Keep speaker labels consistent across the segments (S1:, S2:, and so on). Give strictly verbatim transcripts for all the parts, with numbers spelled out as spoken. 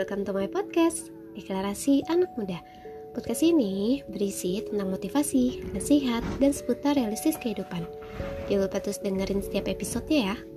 S1: welcome to my podcast, Deklarasi Anak Muda. Podcast ini berisi tentang motivasi, nasihat, dan seputar realistis kehidupan. Jangan lupa terus dengerin setiap episodenya ya.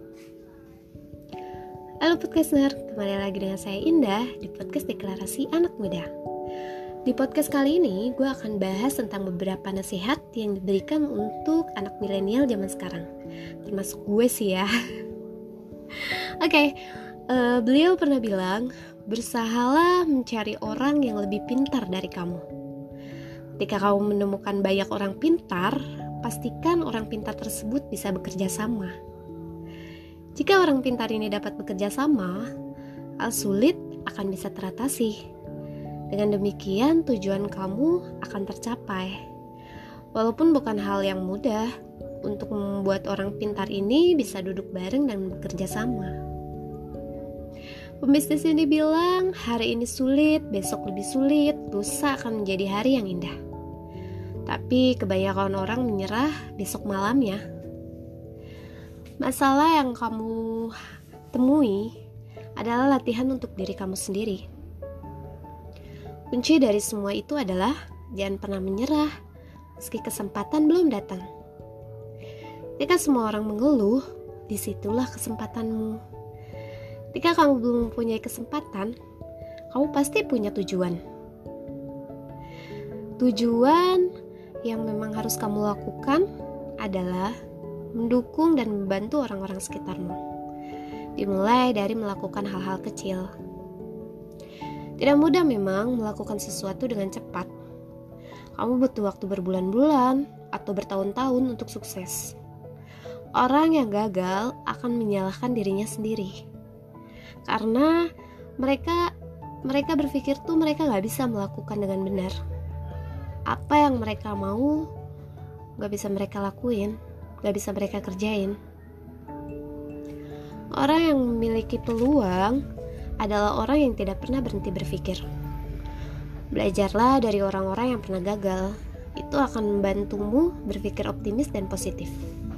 S1: Halo podcaster, kembali lagi dengan saya Indah di podcast Deklarasi Anak Muda. Di podcast kali ini, gue akan bahas tentang beberapa nasihat yang diberikan untuk anak milenial zaman sekarang. Termasuk gue sih ya. Oke, okay, uh, beliau pernah bilang, berusahalah mencari orang yang lebih pintar dari kamu. Ketika kamu menemukan banyak orang pintar, pastikan orang pintar tersebut bisa bekerja sama. Jika orang pintar ini dapat bekerja sama, hal sulit akan bisa teratasi. Dengan demikian, tujuan kamu akan tercapai. Walaupun bukan hal yang mudah untuk membuat orang pintar ini bisa duduk bareng dan bekerja sama. Pembisnis ini bilang, hari ini sulit, besok lebih sulit, lusa akan menjadi hari yang indah. Tapi kebanyakan orang menyerah besok malamnya. Masalah yang kamu temui adalah latihan untuk diri kamu sendiri. Kunci dari semua itu adalah jangan pernah menyerah meski kesempatan belum datang. Jika semua orang mengeluh, disitulah kesempatanmu. Jika kamu belum mempunyai kesempatan, kamu pasti punya tujuan. Tujuan yang memang harus kamu lakukan adalah mendukung dan membantu orang-orang sekitarmu. Dimulai dari melakukan hal-hal kecil. Tidak mudah memang melakukan sesuatu dengan cepat. Kamu butuh waktu berbulan-bulan atau bertahun-tahun untuk sukses. Orang yang gagal akan menyalahkan dirinya sendiri. Karena mereka mereka berpikir tuh mereka gak bisa melakukan dengan benar. Apa yang mereka mau gak bisa mereka lakuin, gak bisa mereka kerjain. Orang yang memiliki peluang adalah orang yang tidak pernah berhenti berpikir. Belajarlah dari orang-orang yang pernah gagal. Itu akan membantumu berpikir optimis dan positif.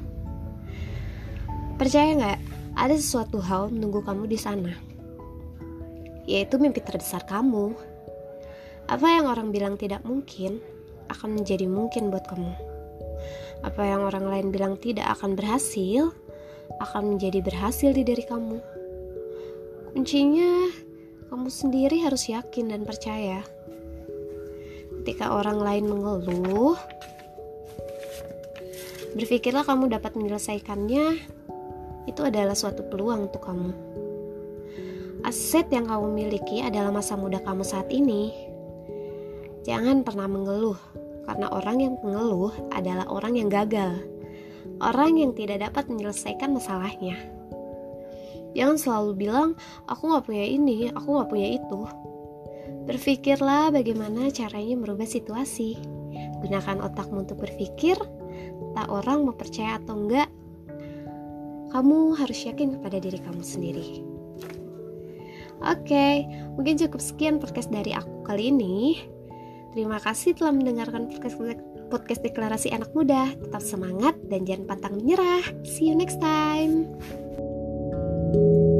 S1: Percaya gak? Ada sesuatu hal menunggu kamu di sana, yaitu mimpi terbesar kamu. Apa yang orang bilang tidak mungkin akan menjadi mungkin buat kamu. Apa yang orang lain bilang tidak akan berhasil akan menjadi berhasil di diri kamu. Kuncinya kamu sendiri harus yakin dan percaya. Ketika orang lain mengeluh, berpikirlah kamu dapat menyelesaikannya. Itu adalah suatu peluang untuk kamu. Aset yang kamu miliki adalah masa muda kamu saat ini. Jangan pernah mengeluh, karena orang yang mengeluh adalah orang yang gagal. Orang yang tidak dapat menyelesaikan masalahnya. Jangan selalu bilang, aku gak punya ini, aku gak punya itu. Berpikirlah bagaimana caranya merubah situasi. Gunakan otakmu untuk berpikir, tak orang mau percaya atau enggak. Kamu harus yakin kepada diri kamu sendiri. Oke, okay, mungkin cukup sekian podcast dari aku kali ini. Terima kasih telah mendengarkan podcast, podcast Deklarasi Anak Muda. Tetap semangat dan jangan pantang menyerah. See you next time.